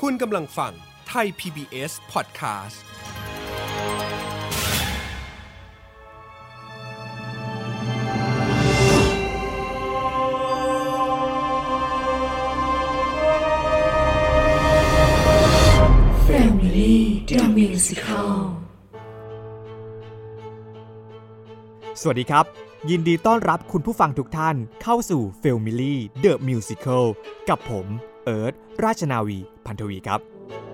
คุณกำลังฟังไทย PBS Podcast Family The Musical สวัสดีครับยินดีต้อนรับคุณผู้ฟังทุกท่านเข้าสู่ Family The Musical กับผมเอิร์ธราชนาวีพันธวีครับ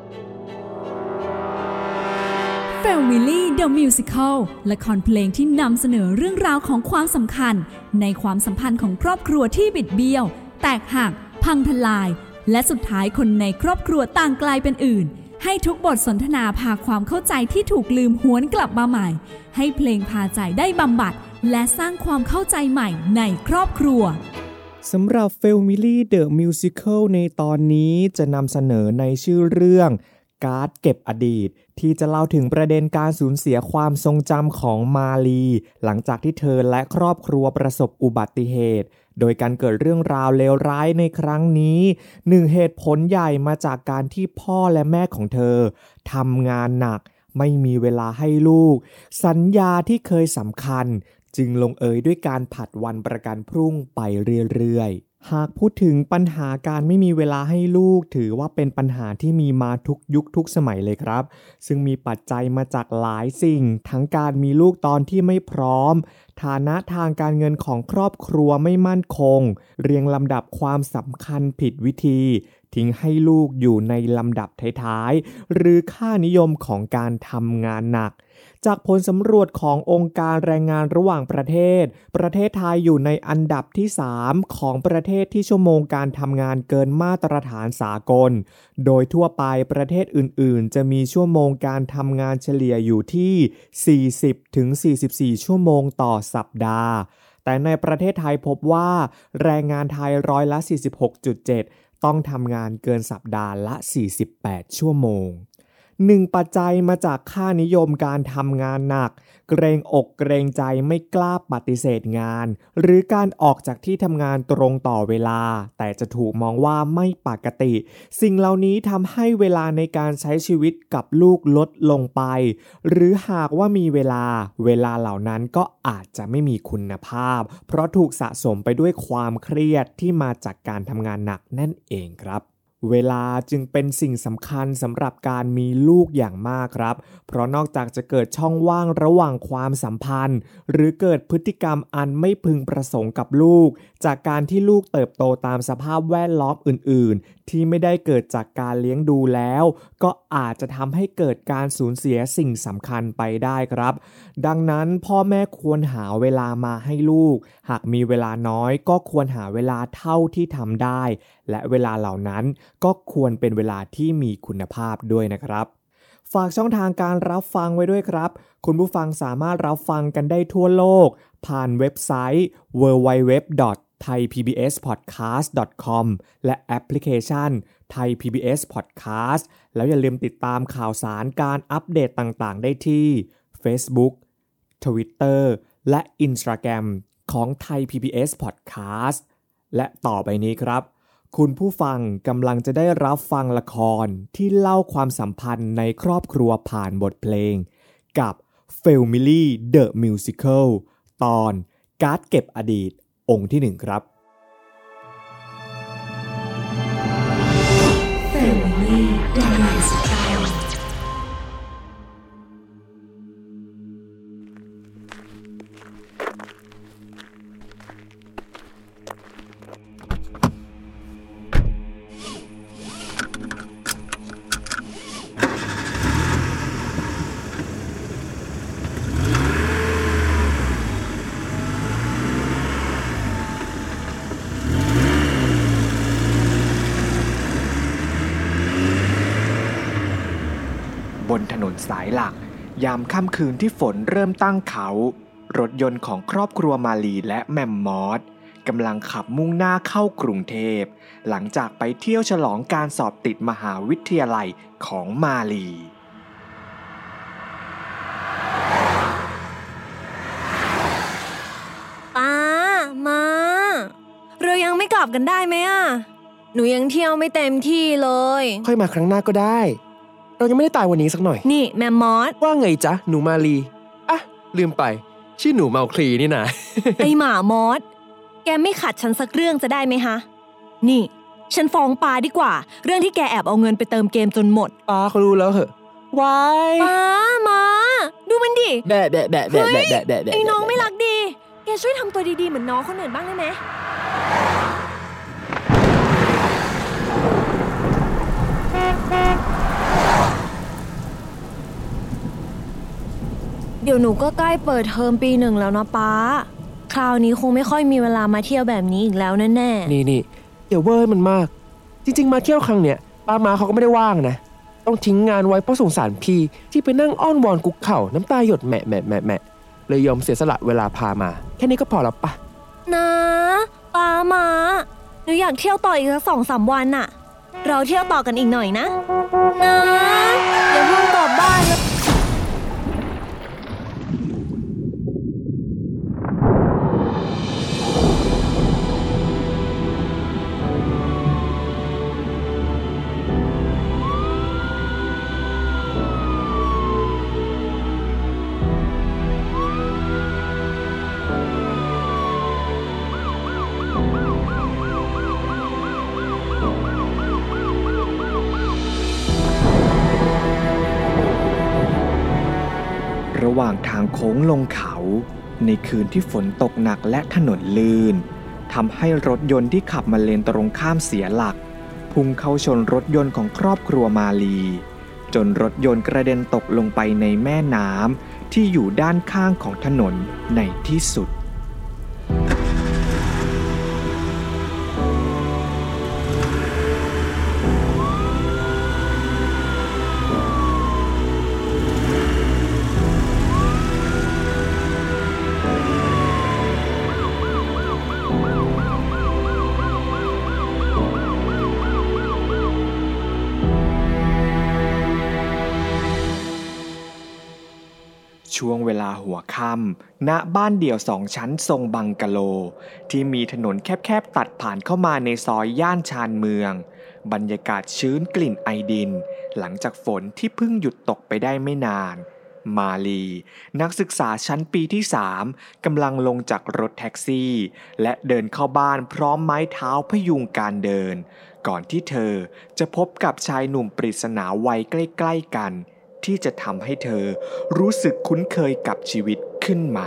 Family The Musical ละครเพลงที่นำเสนอเรื่องราวของความสำคัญในความสัมพันธ์ของครอบครัวที่บิดเบี้ยวแตกหักพังทลายและสุดท้ายคนในครอบครัวต่างกลายเป็นอื่นให้ทุกบทสนทนาพาความเข้าใจที่ถูกลืมหวนกลับมาใหม่ให้เพลงพาใจได้บำบัดและสร้างความเข้าใจใหม่ในครอบครัวสำหรับ Family The Musical ในตอนนี้จะนำเสนอในชื่อเรื่องการ์ดเก็บอดีตที่จะเล่าถึงประเด็นการสูญเสียความทรงจำของมาลีหลังจากที่เธอและครอบครัวประสบอุบัติเหตุโดยการเกิดเรื่องราวเลวร้ายในครั้งนี้หนึ่งเหตุผลใหญ่มาจากการที่พ่อและแม่ของเธอทำงานหนักไม่มีเวลาให้ลูกสัญญาที่เคยสำคัญจึงลงเอยด้วยการผัดวันประกันพรุ่งไปเรื่อยๆหากพูดถึงปัญหาการไม่มีเวลาให้ลูกถือว่าเป็นปัญหาที่มีมาทุกยุคทุกสมัยเลยครับซึ่งมีปัจจัยมาจากหลายสิ่งทั้งการมีลูกตอนที่ไม่พร้อมฐานะทางการเงินของครอบครัวไม่มั่นคงเรียงลำดับความสำคัญผิดวิธีทิ้งให้ลูกอยู่ในลำดับท้ายๆหรือค่านิยมของการทำงานหนักจากผลสำรวจขององค์การแรงงานระหว่างประเทศไทยอยู่ในอันดับที่ 3 ของประเทศที่ชั่วโมงการทำงานเกินมาตรฐานสากลโดยทั่วไปประเทศอื่นๆจะมีชั่วโมงการทำงานเฉลี่ยอยู่ที่ 40-44 ชั่วโมงต่อสัปดาห์แต่ในประเทศไทยพบว่าแรงงานไทยร้อยละ 46.7 ต้องทำงานเกินสัปดาห์ละ 48 ชั่วโมงหนึ่งปัจจัยมาจากค่านิยมการทำงานหนักเกรงอกเกรงใจไม่กล้าปฏิเสธงานหรือการออกจากที่ทำงานตรงต่อเวลาแต่จะถูกมองว่าไม่ปกติสิ่งเหล่านี้ทำให้เวลาในการใช้ชีวิตกับลูกลดลงไปหรือหากว่ามีเวลาเหล่านั้นก็อาจจะไม่มีคุณภาพเพราะถูกสะสมไปด้วยความเครียดที่มาจากการทำงานหนักนั่นเองครับเวลาจึงเป็นสิ่งสำคัญสำหรับการมีลูกอย่างมากครับเพราะนอกจากจะเกิดช่องว่างระหว่างความสัมพันธ์หรือเกิดพฤติกรรมอันไม่พึงประสงค์กับลูกจากการที่ลูกเติบโตตามสภาพแวดล้อมอื่นๆที่ไม่ได้เกิดจากการเลี้ยงดูแล้วก็อาจจะทำให้เกิดการสูญเสียสิ่งสำคัญไปได้ครับดังนั้นพ่อแม่ควรหาเวลามาให้ลูกหากมีเวลาน้อยก็ควรหาเวลาเท่าที่ทำได้และเวลาเหล่านั้นก็ควรเป็นเวลาที่มีคุณภาพด้วยนะครับฝากช่องทางการรับฟังไว้ด้วยครับคุณผู้ฟังสามารถรับฟังกันได้ทั่วโลกผ่านเว็บไซต์ www.thaipbspodcast.com และแอปพลิเคชัน Thai PBS Podcast แล้วอย่าลืมติดตามข่าวสารการอัปเดตต่างๆได้ที่ Facebook Twitter และ Instagram ของ Thai PBS Podcast และต่อไปนี้ครับคุณผู้ฟังกำลังจะได้รับฟังละครที่เล่าความสัมพันธ์ในครอบครัวผ่านบทเพลงกับ Family The Musical ตอนการ์ดเก็บอดีตองค์ที่ 1 ครับ Family The Musical บนถนนสายหลักยามค่ำคืนที่ฝนเริ่มตั้งเขารถยนต์ของครอบครัวมาลีและแมมมอสกำลังขับมุ่งหน้าเข้ากรุงเทพหลังจากไปเที่ยวฉลองการสอบติดมหาวิทยาลัยของมาลีป้ามาเรายังไม่กลับกันได้ไหมอ่ะหนูยังเที่ยวไม่เต็มที่เลยค่อยมาครั้งหน้าก็ได้เรายังไม่ได้ตายวันนี้สักหน่อยนี่แมมมอสว่าไงจ๊ะหนูมาลีอ่ะลืมไปชื่อหนูเมาคลีนี่นะไอหมามอสแกไม่ขัดฉันสักเรื่องจะได้ไหมฮะนี่ฉันฟ้องปาดีกว่าเรื่องที่แกแอบเอาเงินไปเติมเกมจนหมดปาเขารู้แล้วเหรอวายมาดูมันดิแบะแบะแบะแบะแบะแบะไอ้น้องไม่รักดีแกช่วยทำตัวดีๆเหมือนน้องคนอื่นบ้างได้ไหมเดี๋ยวหนูก็ใกล้เปิดเทอมปี 1แล้วนะป๊าคราวนี้คงไม่ค่อยมีเวลามาเที่ยวแบบนี้อีกแล้วแน่ๆนี่เดี๋ยวเวอร์มันมากจริงๆมาเที่ยวครั้งเนี้ยป้ามาเขาก็ไม่ได้ว่างนะต้องทิ้งงานไว้เพราะสงสารพี่ที่ไปนั่งอ้อนวอนกุกเข่าน้ำตาหยดแหมะเลยยอมเสียสละเวลาพามาแค่นี้ก็พอแล้วปะนะป้ามาหนูอยากเที่ยวต่ออีกสัก 2-3 วันน่ะเราเที่ยวต่อกันอีกหน่อยนะอย่าเพิ่งกลับบ้านนะระหว่างทางโค้งลงเขาในคืนที่ฝนตกหนักและถนนลื่นทำให้รถยนต์ที่ขับมาเลนตรงข้ามเสียหลักพุ่งเข้าชนรถยนต์ของครอบครัวมาลีจนรถยนต์กระเด็นตกลงไปในแม่น้ำที่อยู่ด้านข้างของถนนในที่สุดช่วงเวลาหัวค่ำณบ้านเดี่ยว2 ชั้นทรงบังกะโลที่มีถนนแคบๆตัดผ่านเข้ามาในซอยย่านชานเมืองบรรยากาศชื้นกลิ่นไอดินหลังจากฝนที่เพิ่งหยุดตกไปได้ไม่นานมาลีนักศึกษาชั้นปีที่3กำลังลงจากรถแท็กซี่และเดินเข้าบ้านพร้อมไม้เท้าพยุงการเดินก่อนที่เธอจะพบกับชายหนุ่มปริศนาวัยใกล้ๆกันที่จะทำให้เธอรู้สึกคุ้นเคยกับชีวิตขึ้นมา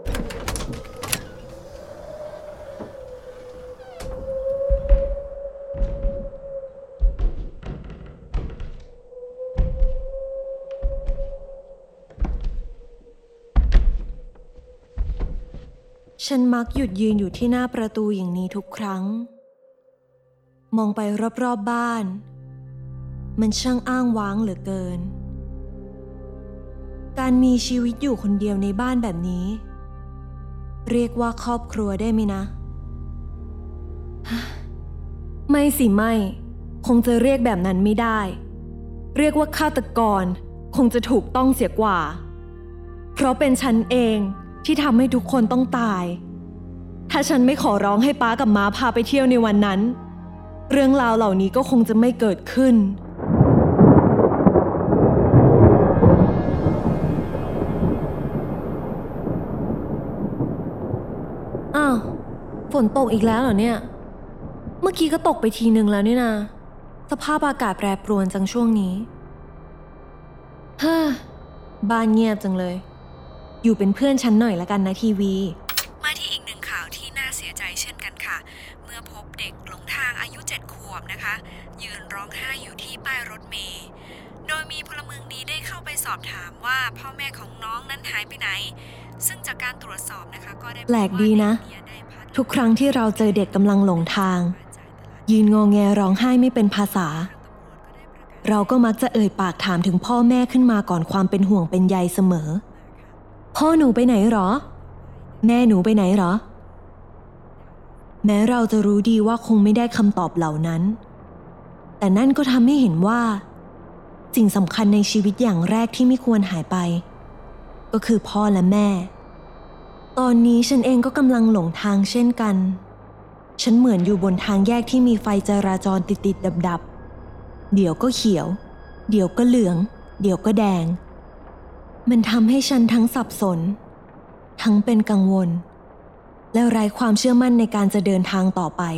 ฉันมักหยุดยืนอยู่ที่หน้าประตูอย่างนี้ทุกครั้งมองไปรอบๆบ้านมันช่างอ้างว้างเหลือเกินการมีชีวิตอยู่คนเดียวในบ้านแบบนี้เรียกว่าครอบครัวได้ไหมนะไม่สิไม่คงจะเรียกแบบนั้นไม่ได้เรียกว่าฆาตกรคงจะถูกต้องเสียกว่าเพราะเป็นฉันเองที่ทำให้ทุกคนต้องตายถ้าฉันไม่ขอร้องให้ป๊ากับม้าพาไปเที่ยวในวันนั้นเรื่องราวเหล่านี้ก็คงจะไม่เกิดขึ้นอ้าวฝนตกอีกแล้วเหรอเนี่ยเมื่อกี้ก็ตกไปทีนึงแล้วนี่นะสภาพอากาศแปรปรวนจังช่วงนี้บ้านเงียบจังเลยอยู่เป็นเพื่อนฉันหน่อยละกันนะทีวีมาที่อีกหนึ่งข่าวที่น่าเสียใจเช่นกันค่ะเมื่อพบเด็กหลงทางอายุ7 ขวบนะคะยืนร้องไห้อยู่ที่ป้ายรถเมล์โดยมีพลเมืองดีได้เข้าไปสอบถามว่าพ่อแม่ของน้องนั้นหายไปไหนซึ่งจากการตรวจสอบนะคะก็ได้แปลกดีนะทุกครั้งที่เราเจอเด็กกำลังหลงทางยืนงอแงร้องไห้ไม่เป็นภาษาเราก็มักจะเอ่ยปากถามถึงพ่อแม่ขึ้นมาก่อนความเป็นห่วงเป็นใยเสมอพ่อหนูไปไหนหรอแม่หนูไปไหนหรอแม้เราจะรู้ดีว่าคงไม่ได้คำตอบเหล่านั้นแต่นั่นก็ทำให้เห็นว่าสิ่งสำคัญในชีวิตอย่างแรกที่ไม่ควรหายไปก็คือพ่อและแม่ตอนนี้ฉันเองก็กำลังหลงทางเช่นกันฉันเหมือนอยู่บนทางแยกที่มีไฟจราจรติดๆดับๆเดี๋ยวก็เขียวเดี๋ยวก็เหลืองเดี๋ยวก็แดงมันทำให้ฉันทั้งสับสนทั้งเป็นกังวลและไร้ความเชื่อมั่นในการจะเดินทางต่อไป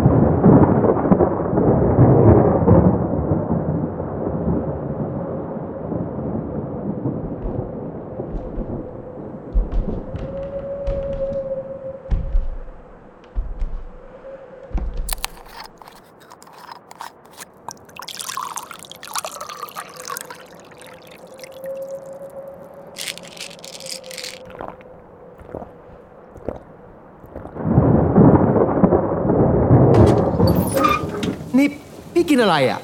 นี่พี่กินอะไรอ่ะ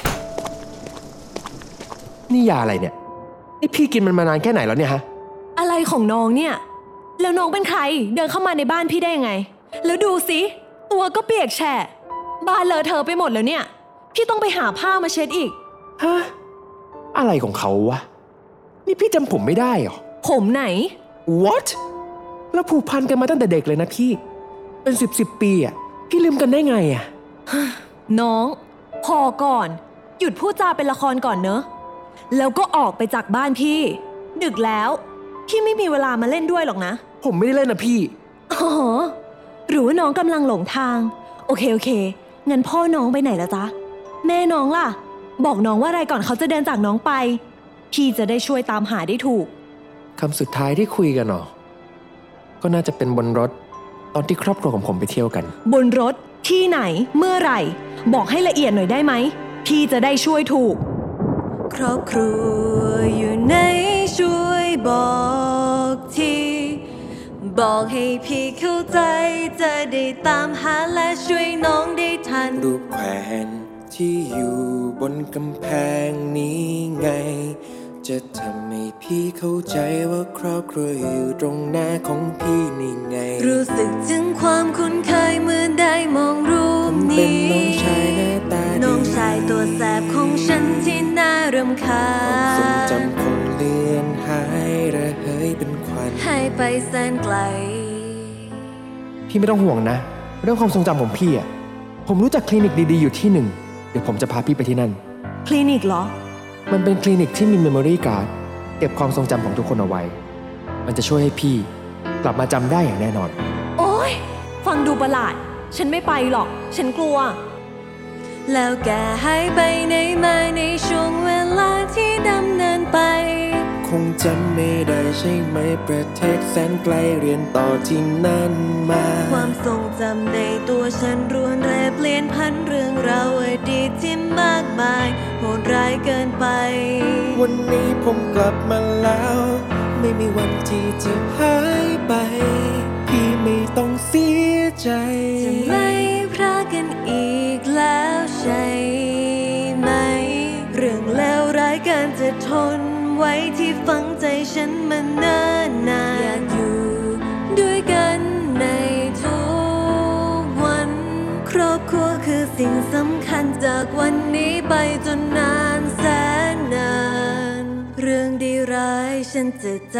นี่ยาอะไรเนี่ยนี่พี่กินมันมานานแค่ไหนแล้วเนี่ยฮะอะไรของน้องเนี่ยแล้วน้องเป็นใครเดินเข้ามาในบ้านพี่ได้ยังไงแล้วดูสิตัวก็เปียกแฉะบ้านเลอะเทอะไปหมดแล้วเนี่ยพี่ต้องไปหาผ้ามาเช็ดอีกฮะอะไรของเขาวะนี่พี่จำผมไม่ได้หรอผมไหน What แล้วผูกพันกันมาตั้งแต่เด็กเลยนะพี่เป็น10 ปีอ่ะพี่ลืมกันได้ไงอ่ะน้องพอก่อนหยุดพูดจาเป็นละครก่อนเนอะแล้วก็ออกไปจากบ้านพี่ดึกแล้วพี่ไม่มีเวลามาเล่นด้วยหรอกนะผมไม่ได้เล่นนะพี่อ๋อหรือว่าน้องกำลังหลงทางโอเคงั้นพ่อน้องไปไหนละจ๊ะแม่น้องล่ะบอกน้องว่าอะไรก่อนเขาจะเดินจากน้องไปพี่จะได้ช่วยตามหาได้ถูกคำสุดท้ายที่คุยกันหรอก็น่าจะเป็นบนรถตอนที่ครอบครัวของผมไปเที่ยวกันบนรถที่ไหนเมื่อไหร่บอกให้ละเอียดหน่อยได้ไหมพี่จะได้ช่วยถูกครอบครัวอยู่ไหนช่วยบอกทีบอกให้พี่เข้าใจจะได้ตามหาและช่วยน้องได้ทันรูปแขวนที่อยู่บนกำแพงนี้ไงจะทำให้พี่เข้าใจว่าครอบครัวอยู่ตรงหน้าของพี่นี่ไงรู้สึกถึงความคุ้นเคยเมื่อได้มองรูปนี้เป็นน้องชายหน้าตาดีน้องชายตัวแสบของฉันที่น่ารำคาญทรงจำคงเลือนหายระเหยเป็นควันหายไปแสนไกลพี่ไม่ต้องห่วงนะเรื่องความทรงจำของพี่อ่ะผมรู้จักคลินิกดีๆอยู่ที่หนึ่งเดี๋ยวผมจะพาพี่ไปที่นั่นคลินิกเหรอมันเป็นคลินิกที่มีเมมโมรี่การ์ดเก็บความทรงจำของทุกคนเอาไว้มันจะช่วยให้พี่กลับมาจำได้อย่างแน่นอนโอ๊ยฟังดูประหลาดฉันไม่ไปหรอกฉันกลัวแล้วแกหายไปไหนมาในช่วงเวลาที่ดำเนินไปคงจำไม่ได้ใช่ไหมประเทศแสนไกลเรียนต่อที่นั่นมาความทรงจำในตัวฉันรวนแรเปลี่ยนพันเรื่องราวอดีตที่มากมายโหดร้ายเกินไปวันนี้ผมกลับมาแล้วไม่มีวันที่จะหายไปพี่ไม่ต้องเสียใจจะไม่พรากกันอีกแล้วใช่ไหมเรื่องเลวร้ายการจะทนไว้ที่ฝังใจฉันมาเนิ่นนานอยากอยู่ด้วยกันในทุกวันครอบครัวคือสิ่งสำคัญจากวันนี้ไปจนนานแสนนานเรื่องดีร้ายฉันจะจ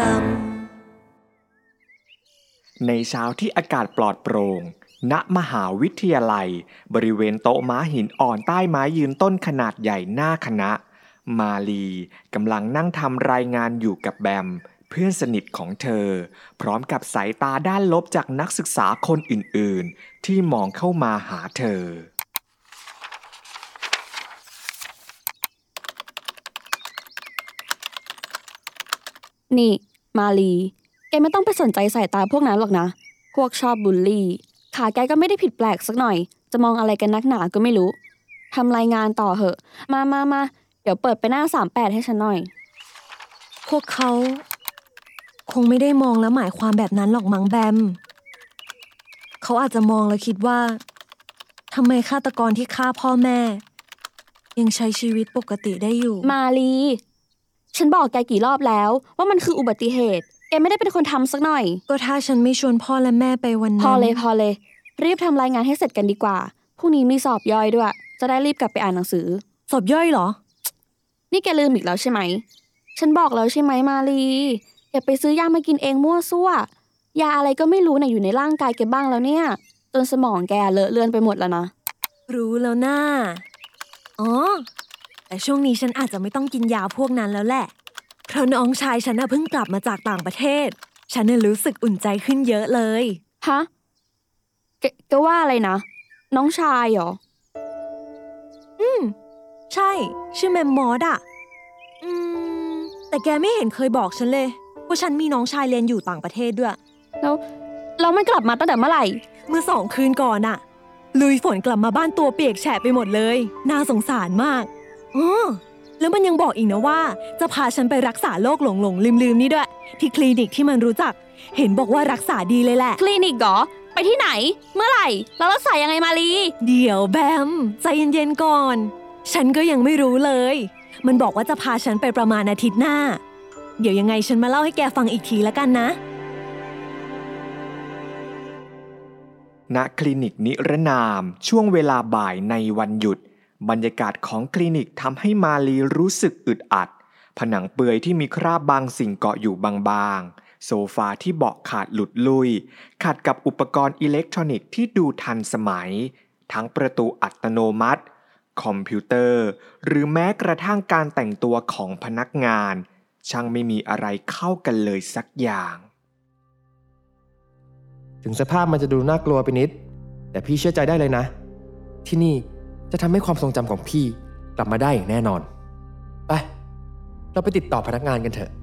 ำในเช้าที่อากาศปลอดโปร่งณมหาวิทยาลัยบริเวณโต๊ะม้าหินอ่อนใต้ไม้ยืนต้นขนาดใหญ่หน้าคณะมาลีกำลังนั่งทำรายงานอยู่กับแบมเพื่อนสนิทของเธอพร้อมกับสายตาด้านลบจากนักศึกษาคนอื่นๆที่มองเข้ามาหาเธอนี่มาลีแกไม่ต้องไปสนใจสายตาพวกนั้นหรอกนะพวกชอบบูลลี่ขาแกก็ไม่ได้ผิดแปลกสักหน่อยจะมองอะไรกันนักหนาก็ไม่รู้ทำรายงานต่อเหอะมาเดี๋ยวเปิดไปหน้า38ให้ฉันหน่อยพวกเขาคงไม่ได้มองแล้วหมายความแบบนั้นหรอกมั้งแบมเขาอาจจะมองแล้วคิดว่าทำไมฆาตกรที่ฆ่าพ่อแม่ยังใช้ชีวิตปกติได้อยู่มาลีฉันบอกแกกี่รอบแล้วว่ามันคืออุบัติเหตุแกไม่ได้เป็นคนทำสักหน่อยก็ถ้าฉันไม่ชวนพ่อและแม่ไปวันนั้นพอเลยรีบทำรายงานให้เสร็จกันดีกว่าพรุ่งนี้มีสอบย่อยด้วยจะได้รีบกลับไปอ่านหนังสือสอบย่อยเหรอนี่แกลืมอีกแล้วใช่ไหมฉันบอกแล้วใช่ไหมมาลีอย่าไปซื้อยามากินเองมั่วซั่วยาอะไรก็ไม่รู้อยู่ในร่างกายแกบ้างแล้วเนี่ยจนสมองแกเลอะเลือนไปหมดแล้วนะรู้แล้วน่าอ๋อแต่ช่วงนี้ฉันอาจจะไม่ต้องกินยาพวกนั้นแล้วแหละเพราะน้องชายฉันเพิ่งกลับมาจากต่างประเทศฉันรู้สึกอุ่นใจขึ้นเยอะเลยฮะแกว่าอะไรนะน้องชายเหรอใช่ชื่อแมมมอสอ่ะแต่แกไม่เห็นเคยบอกฉันเลยว่าฉันมีน้องชายเรียนอยู่ต่างประเทศด้วยแล้วมันกลับมาตั้งแต่เมื่อไหร่เมื่อ2 คืนก่อนอ่ะลุยฝนกลับมาบ้านตัวเปียกแฉะไปหมดเลยน่าสงสารมากแล้วมันยังบอกอีกนะว่าจะพาฉันไปรักษาโรคหลงลืมนี่ด้วยที่คลินิกที่มันรู้จักเห็นบอกว่ารักษาดีเลยแหละคลินิกเหรอไปที่ไหนเมื่อไหร่แล้วรักษายังไงมาลีเดี๋ยวแบมใจเย็นๆก่อนฉันก็ยังไม่รู้เลยมันบอกว่าจะพาฉันไปประมาณอาทิตย์หน้าเดี๋ยวยังไงฉันมาเล่าให้แกฟังอีกทีแล้วกันนะณคลินิกนิรนามช่วงเวลาบ่ายในวันหยุดบรรยากาศของคลินิกทำให้มาลีรู้สึกอึดอัดผนังเปื่อยที่มีคราบบางสิ่งเกาะอยู่บางๆโซฟาที่เบาะขาดหลุดลุยขัดกับอุปกรณ์อิเล็กทรอนิกส์ที่ดูทันสมัยทั้งประตูอัตโนมัติคอมพิวเตอร์หรือแม้กระทั่งการแต่งตัวของพนักงานช่างไม่มีอะไรเข้ากันเลยสักอย่างถึงสภาพมันจะดูน่ากลัวไปนิดแต่พี่เชื่อใจได้เลยนะที่นี่จะทำให้ความทรงจำของพี่กลับมาได้อย่างแน่นอนไปเราไปติดต่อพนักงานกันเถอะ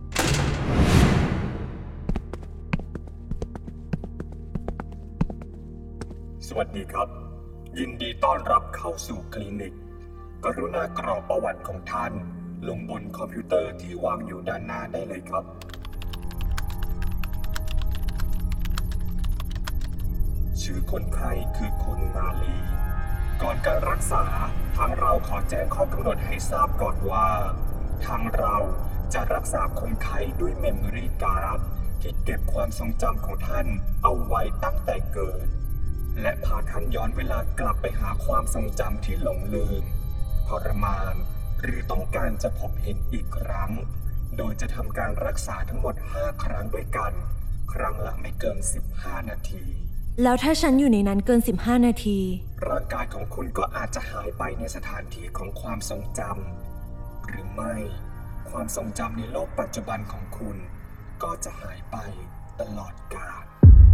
สวัสดีครับยินดีต้อนรับเข้าสู่คลินิกกรุณากรอกประวัติของท่านลงบนคอมพิวเตอร์ที่วางอยู่ด้านหน้าได้เลยครับชื่อคนไข้คือคุณมาลีก่อนการรักษาทางเราขอแจ้งข้อกำหนดให้ทราบก่อนว่าทางเราจะรักษาคนไข้ด้วยเมมโมรี่การ์ดที่เก็บความทรงจำของท่านเอาไว้ตั้งแต่เกิดและพาท่านย้อนเวลากลับไปหาความทรงจำที่หลงลืมทรมานหรือต้องการจะพบเห็นอีกครั้งโดยจะทำการรักษาทั้งหมด5 ครั้งด้วยกันครั้งละไม่เกิน15 นาทีแล้วถ้าฉันอยู่ในนั้นเกิน15 นาทีร่างกายของคุณก็อาจจะหายไปในสถานที่ของความทรงจำหรือไม่ความทรงจำในโลกปัจจุบันของคุณก็จะหายไปตลอดกาล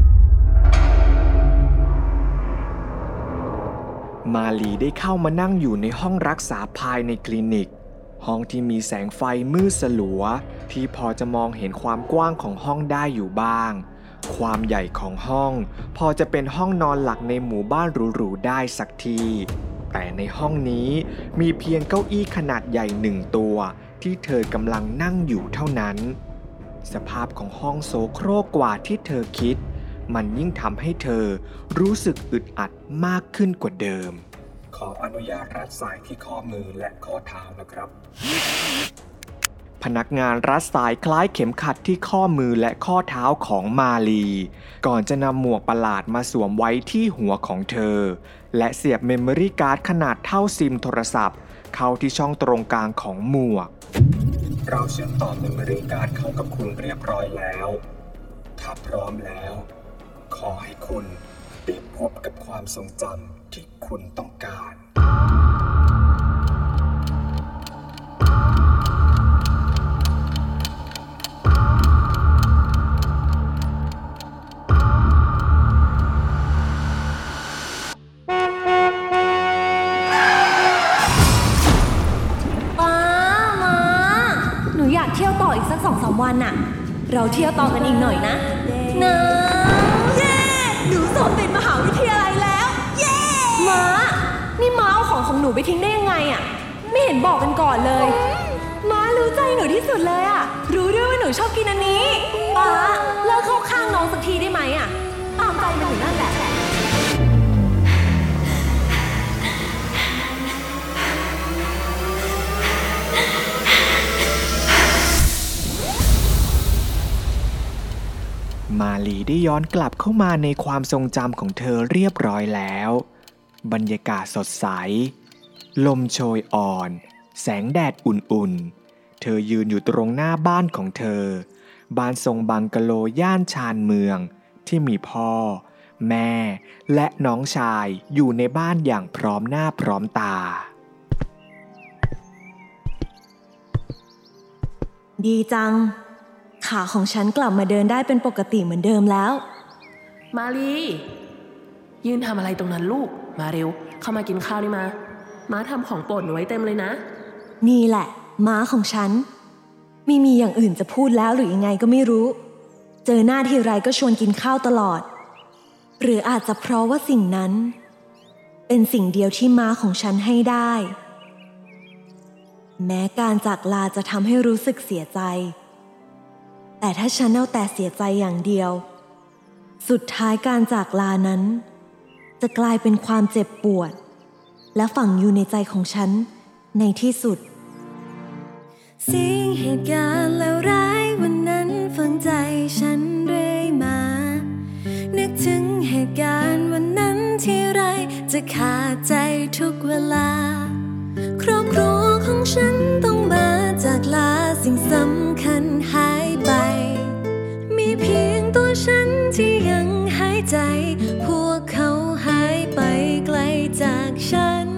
มาลีได้เข้ามานั่งอยู่ในห้องรักษาภายในคลินิกห้องที่มีแสงไฟมืดสลัวที่พอจะมองเห็นความกว้างของห้องได้อยู่บ้างความใหญ่ของห้องพอจะเป็นห้องนอนหลักในหมู่บ้านหรูๆได้สักทีแต่ในห้องนี้มีเพียงเก้าอี้ขนาดใหญ่1 ตัวที่เธอกำลังนั่งอยู่เท่านั้นสภาพของห้องโสโครกกว่าที่เธอคิดมันยิ่งทำให้เธอรู้สึกอึดอัดมากขึ้นกว่าเดิมขออนุญาตรัดสายที่ข้อมือและข้อเท้านะครับพนักงานรัดสายคล้ายเข็มขัดที่ข้อมือและข้อเท้าของมาลีก่อนจะนำหมวกประหลาดมาสวมไว้ที่หัวของเธอและเสียบเมมโมรี่การ์ดขนาดเท่าซิมโทรศัพท์เข้าที่ช่องตรงกลางของหมวกเราเชื่อมต่อเมมโมรี่การ์ดเข้ากับคุณเรียบร้อยแล้วถ้าพร้อมแล้วขอให้คุณได้พบกับความทรงจำที่คุณต้องการเที่ยวต่ออีกสัก 2-3 วันน่ะเราเที่ยวต่อกันอีกหน่อยนะเย้หนูสอบติดมหาวิทยาลัยแล้วเย้ม้านี่ม้าเอาของหนูไปทิ้งได้ยังไงอ่ะไม่เห็นบอกกันก่อนเลยม้ารู้ใจหนูที่สุดเลยอ่ะรู้ด้วยว่าหนูชอบกินอันนี้ป๊าเลิกเข้าข้างน้องสักทีได้ไหมอ่ะตามใจมันอยู่นั่นแหละมาลีได้ย้อนกลับเข้ามาในความทรงจำของเธอเรียบร้อยแล้วบรรยากาศสดใสลมโชยอ่อนแสงแดดอุ่นๆเธอยืนอยู่ตรงหน้าบ้านของเธอบ้านทรงบังกะโลย่านชานเมืองที่มีพ่อแม่และน้องชายอยู่ในบ้านอย่างพร้อมหน้าพร้อมตาดีจังขาของฉันกลับมาเดินได้เป็นปกติเหมือนเดิมแล้วมาลียืนทำอะไรตรงนั้นลูกมาเร็วเข้ามากินข้าวนี่มาม้าทำของโปรดหนูไว้เต็มเลยนะนี่แหละม้าของฉันไม่มีอย่างอื่นจะพูดแล้วหรือยังไงก็ไม่รู้เจอหน้าทีไรก็ชวนกินข้าวตลอดหรืออาจจะเพราะว่าสิ่งนั้นเป็นสิ่งเดียวที่ม้าของฉันให้ได้แม้การจากลาจะทำให้รู้สึกเสียใจแต่ถ้าฉันเอาแต่เสียใจอย่างเดียวสุดท้ายการจากลานั้นจะกลายเป็นความเจ็บปวดและฝังอยู่ในใจของฉันในที่สุดสิ่งเหตุการณ์เลวร้ายวันนั้นฝังใจฉันเรื่อยมานึกถึงเหตุการณ์วันนั้นที่ไรจะขาดใจทุกเวลาครอบครัวของฉันต้องมาจากลาสิ่งสำคัญหายไปมีเพียงตัวฉันที่ยังหายใจพวกเขาหายไปไกลจากฉัน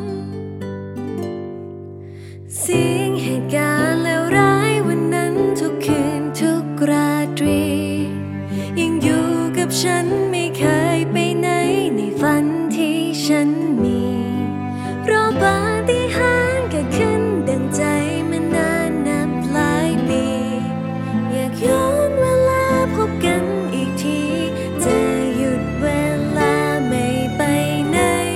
สิ่งเหตุการณ์เลวร้ายวันนั้นทุกคืนทุกราตรียังอยู่กับฉันไม่เคยไปไหนในฝันที่ฉันมีรอปาฏิหาริย์เกิดขึ้นดังใจมานานนับหลายปีอยากย้อนเวลาพบกันอีกทีจะหยุดเวลาไม่ไปไหน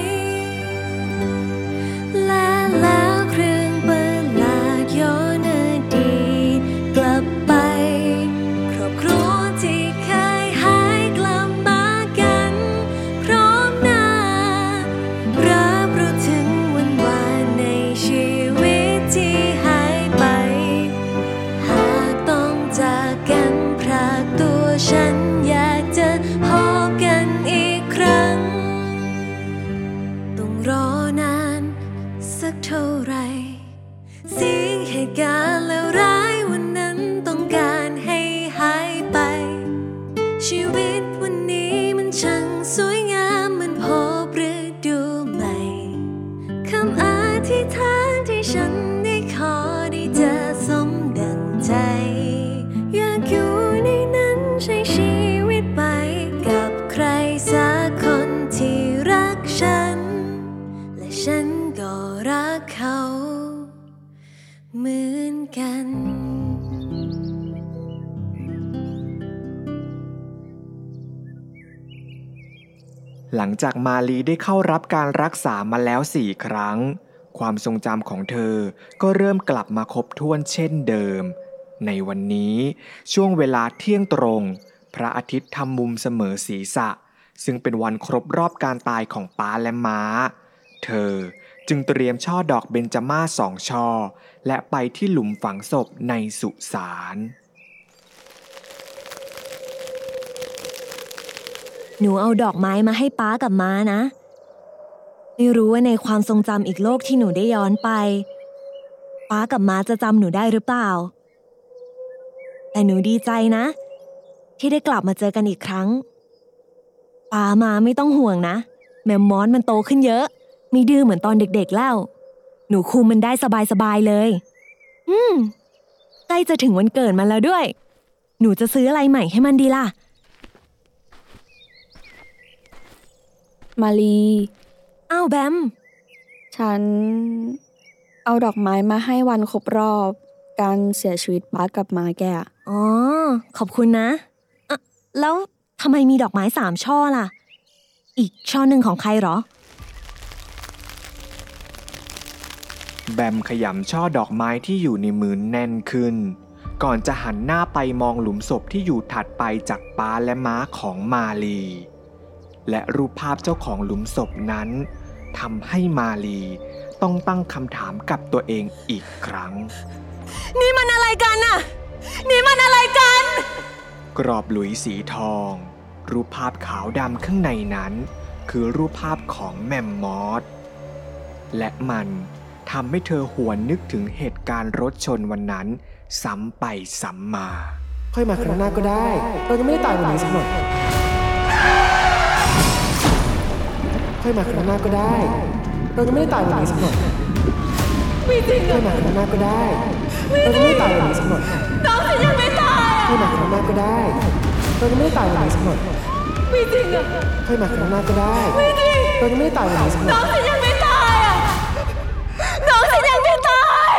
แล้วเครื่องประหลาดย้อนอดีตกลับไปครอบครัวที่เคยหายกลับมากันพร้อมหน้ารับรู้ถึงวันวานในชีวิตที่หายไปหากต้องจากกันพรากตัวฉันอยากจะพบกันอีกครั้งต้องรอนานสักเท่าไรสิ่งเหตุการณ์เลวร้ายวันนั้นต้องการให้หายไปชีวิตวันนี้มันช่างสวยงามมันพบฤดูใหม่คำอธิษฐานที่ฉันได้ขอได้เจอสมดังใจอยากอยู่ในนั้นใช้ชีวิตไปกับใครสักคนที่รักฉันและฉันก็รักเขาเหมือนกันหลังจากมาลีได้เข้ารับการรักษามาแล้ว4 ครั้งความทรงจำของเธอก็เริ่มกลับมาครบถ้วนเช่นเดิมในวันนี้ช่วงเวลาเที่ยงตรงพระอาทิตย์ทำมุมเสมอศีรษะซึ่งเป็นวันครบรอบการตายของป้าและม้าเธอจึงเตรียมช่อดอกเบญจมาศ2 ช่อและไปที่หลุมฝังศพในสุสานหนูเอาดอกไม้มาให้ป้ากับม้านะไม่รู้ว่าในความทรงจำอีกโลกที่หนูได้ย้อนไปป้ากับม้าจะจำหนูได้หรือเปล่าแต่หนูดีใจนะที่ได้กลับมาเจอกันอีกครั้งป้าม้าไม่ต้องห่วงนะแมมมอสมันโตขึ้นเยอะไม่ดื้อเหมือนตอนเด็กๆแล้วหนูคุมมันได้สบายๆเลยใกล้จะถึงวันเกิดมันแล้วด้วยหนูจะซื้ออะไรใหม่ให้มันดีล่ะมาลีอ้าวแบมฉันเอาดอกไม้มาให้วันครบรอบการเสียชีวิตป้ากับม้าแกอ๋อขอบคุณนะแล้วทำไมมีดอกไม้3 ช่อล่ะอีกช่อหนึ่งของใครหรอแบมขยำช่อดอกไม้ที่อยู่ในมือแน่นขึ้นก่อนจะหันหน้าไปมองหลุมศพที่อยู่ถัดไปจากป้าและม้าของมาลีและรูปภาพเจ้าของหลุมศพนั้นทำให้มาลีต้องตั้งคำถามกับตัวเองอีกครั้งนี่มันอะไรกันน่ะนี่มันอะไรกันกรอบหลุยสีทองรูปภาพขาวดำข้างในนั้นคือรูปภาพของแมมมอสและมันทำให้เธอหวนนึกถึงเหตุการณ์รถชนวันนั้นซ้ำไปซ้ำมาค่อยมาครั้งหน้าก็ได้เราจะไม่ได้ตายวันนี้สักหน่อยค่อยมาครั้งหน้าก็ได้เราจะไม่ได้ตายวันนี้สักหน่อยไม่จริงค่อยมาครั้งหน้าก็ได้เราจะไม่ได้ตายวันนี้สักหน่อยน้องฉันยังไม่ตายค่อยมาครั้งหน้าก็ได้เราจะไม่ได้ตายวันนี้สักหน่อยไม่จริงอะค่อยมาครั้งหน้าก็ได้ไม่จริงเราจะไม่ได้ตายวันนี้สักหน่อยน้องฉันยังไม่ตายอะน้องฉันยังไม่ตาย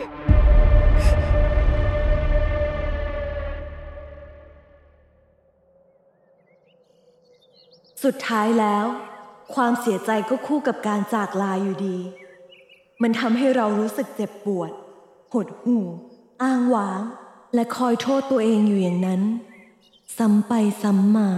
สุดท้ายแล้วความเสียใจก็คู่กับการจากลาอยู่ดีมันทำให้เรารู้สึกเจ็บปวดหดหู่อ้างว้างและคอยโทษตัวเองอยู่อย่างนั้นซ้ำไปซ้ำมา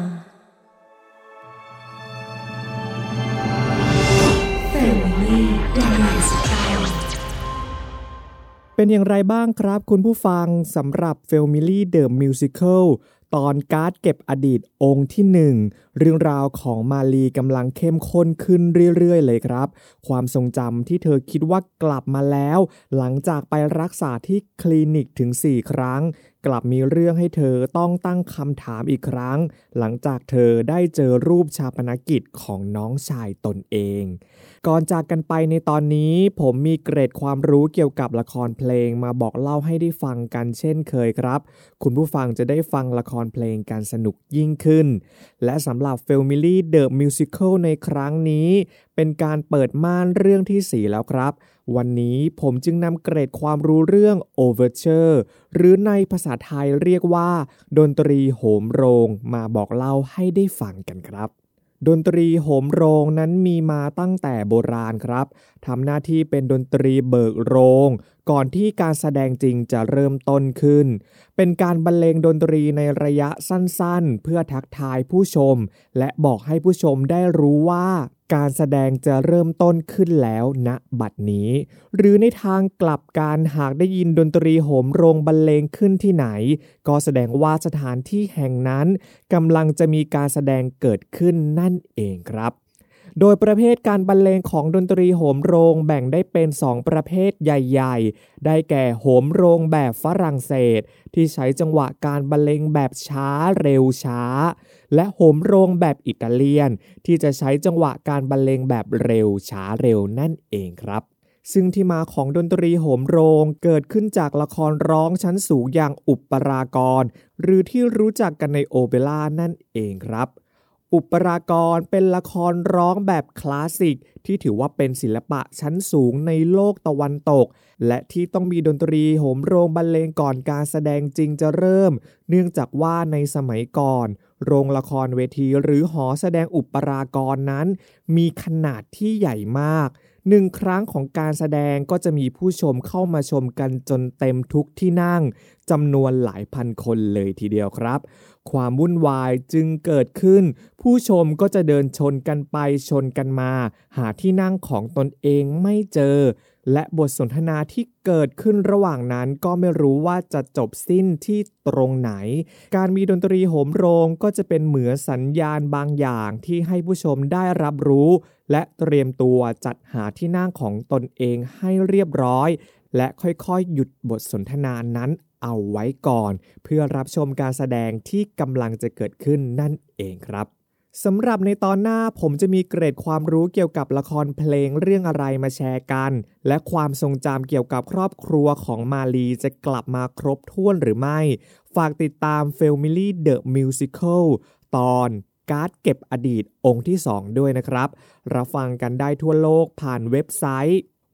เป็นอย่างไรบ้างครับคุณผู้ฟังสำหรับ Family The Musical ตอนการ์ดเก็บอดีตองค์ที่ 1เรื่องราวของมาลีกำลังเข้มข้นขึ้นเรื่อยๆเลยครับความทรงจำที่เธอคิดว่ากลับมาแล้วหลังจากไปรักษาที่คลินิกถึง4 ครั้งกลับมีเรื่องให้เธอต้องตั้งคำถามอีกครั้งหลังจากเธอได้เจอรูปชาปนกิจของน้องชายตนเองก่อนจากกันไปในตอนนี้ผมมีเกร็ดความรู้เกี่ยวกับละครเพลงมาบอกเล่าให้ได้ฟังกันเช่นเคยครับคุณผู้ฟังจะได้ฟังละครเพลงกันสนุกยิ่งขึ้นและสำหรับ Family The Musical ในครั้งนี้เป็นการเปิดม่านเรื่องที่4แล้วครับวันนี้ผมจึงนำเกร็ดความรู้เรื่อง Overture หรือในภาษาไทยเรียกว่าดนตรีโหมโรงมาบอกเล่าให้ได้ฟังกันครับดนตรีโหมโรงนั้นมีมาตั้งแต่โบราณครับทำหน้าที่เป็นดนตรีเบิกโรงก่อนที่การแสดงจริงจะเริ่มต้นขึ้นเป็นการบรรเลงดนตรีในระยะสั้นๆเพื่อทักทายผู้ชมและบอกให้ผู้ชมได้รู้ว่าการแสดงจะเริ่มต้นขึ้นแล้วณบัดนี้หรือในทางกลับกันหากได้ยินดนตรีโหมโรงบรรเลงขึ้นที่ไหนก็แสดงว่าสถานที่แห่งนั้นกำลังจะมีการแสดงเกิดขึ้นนั่นเองครับโดยประเภทการบรรเลงของดนตรีโหมโรงแบ่งได้เป็น2ประเภทใหญ่ๆได้แก่โหมโรงแบบฝรั่งเศสที่ใช้จังหวะการบรรเลงแบบช้าเร็วช้าและโหมโรงแบบอิตาเลียนที่จะใช้จังหวะการบรรเลงแบบเร็วช้าเร็วนั่นเองครับซึ่งที่มาของดนตรีโหมโรงเกิดขึ้นจากละครร้องชั้นสูงอย่างอุปรากรหรือที่รู้จักกันในโอเปร่านั่นเองครับอุปรากรเป็นละครร้องแบบคลาสสิกที่ถือว่าเป็นศิลปะชั้นสูงในโลกตะวันตกและที่ต้องมีดนตรีโหมโรงบรรเลงก่อนการแสดงจริงจะเริ่มเนื่องจากว่าในสมัยก่อนโรงละครเวทีหรือหอแสดงอุปรากรนั้นมีขนาดที่ใหญ่มาก1ครั้งของการแสดงก็จะมีผู้ชมเข้ามาชมกันจนเต็มทุกที่นั่งจำนวนหลายพันคนเลยทีเดียวครับความวุ่นวายจึงเกิดขึ้นผู้ชมก็จะเดินชนกันไปชนกันมาหาที่นั่งของตนเองไม่เจอและบทสนทนาที่เกิดขึ้นระหว่างนั้นก็ไม่รู้ว่าจะจบสิ้นที่ตรงไหนการมีดนตรีโหมโรงก็จะเป็นเหมือนสัญญาณบางอย่างที่ให้ผู้ชมได้รับรู้และเตรียมตัวจัดหาที่นั่งของตนเองให้เรียบร้อยและค่อยๆหยุดบทสนทนานั้นเอาไว้ก่อนเพื่อรับชมการแสดงที่กำลังจะเกิดขึ้นนั่นเองครับสำหรับในตอนหน้าผมจะมีเกร็ดความรู้เกี่ยวกับละครเพลงเรื่องอะไรมาแชร์กันและความทรงจำเกี่ยวกับครอบครัวของมาลีจะกลับมาครบถ้วนหรือไม่ฝากติดตาม Family The Musical ตอนการ์ดเก็บอดีตองค์ที่2ด้วยนะครับรับฟังกันได้ทั่วโลกผ่านเว็บไซต์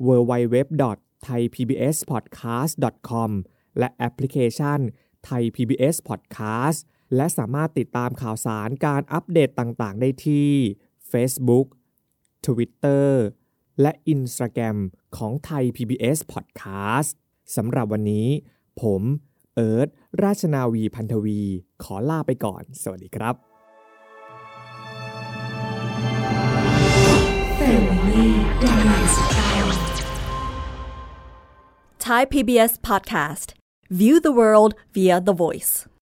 www.thaipbspodcast.com และแอปพลิเคชัน Thai PBS Podcast และสามารถติดตามข่าวสารการอัปเดตต่างๆได้ที่ Facebook, Twitter และ Instagram ของ Thai PBS Podcast สำหรับวันนี้ผมเอิร์ธราชนาวีพันธวีขอลาไปก่อนสวัสดีครับ Thai PBS Podcast. View the world via the voice.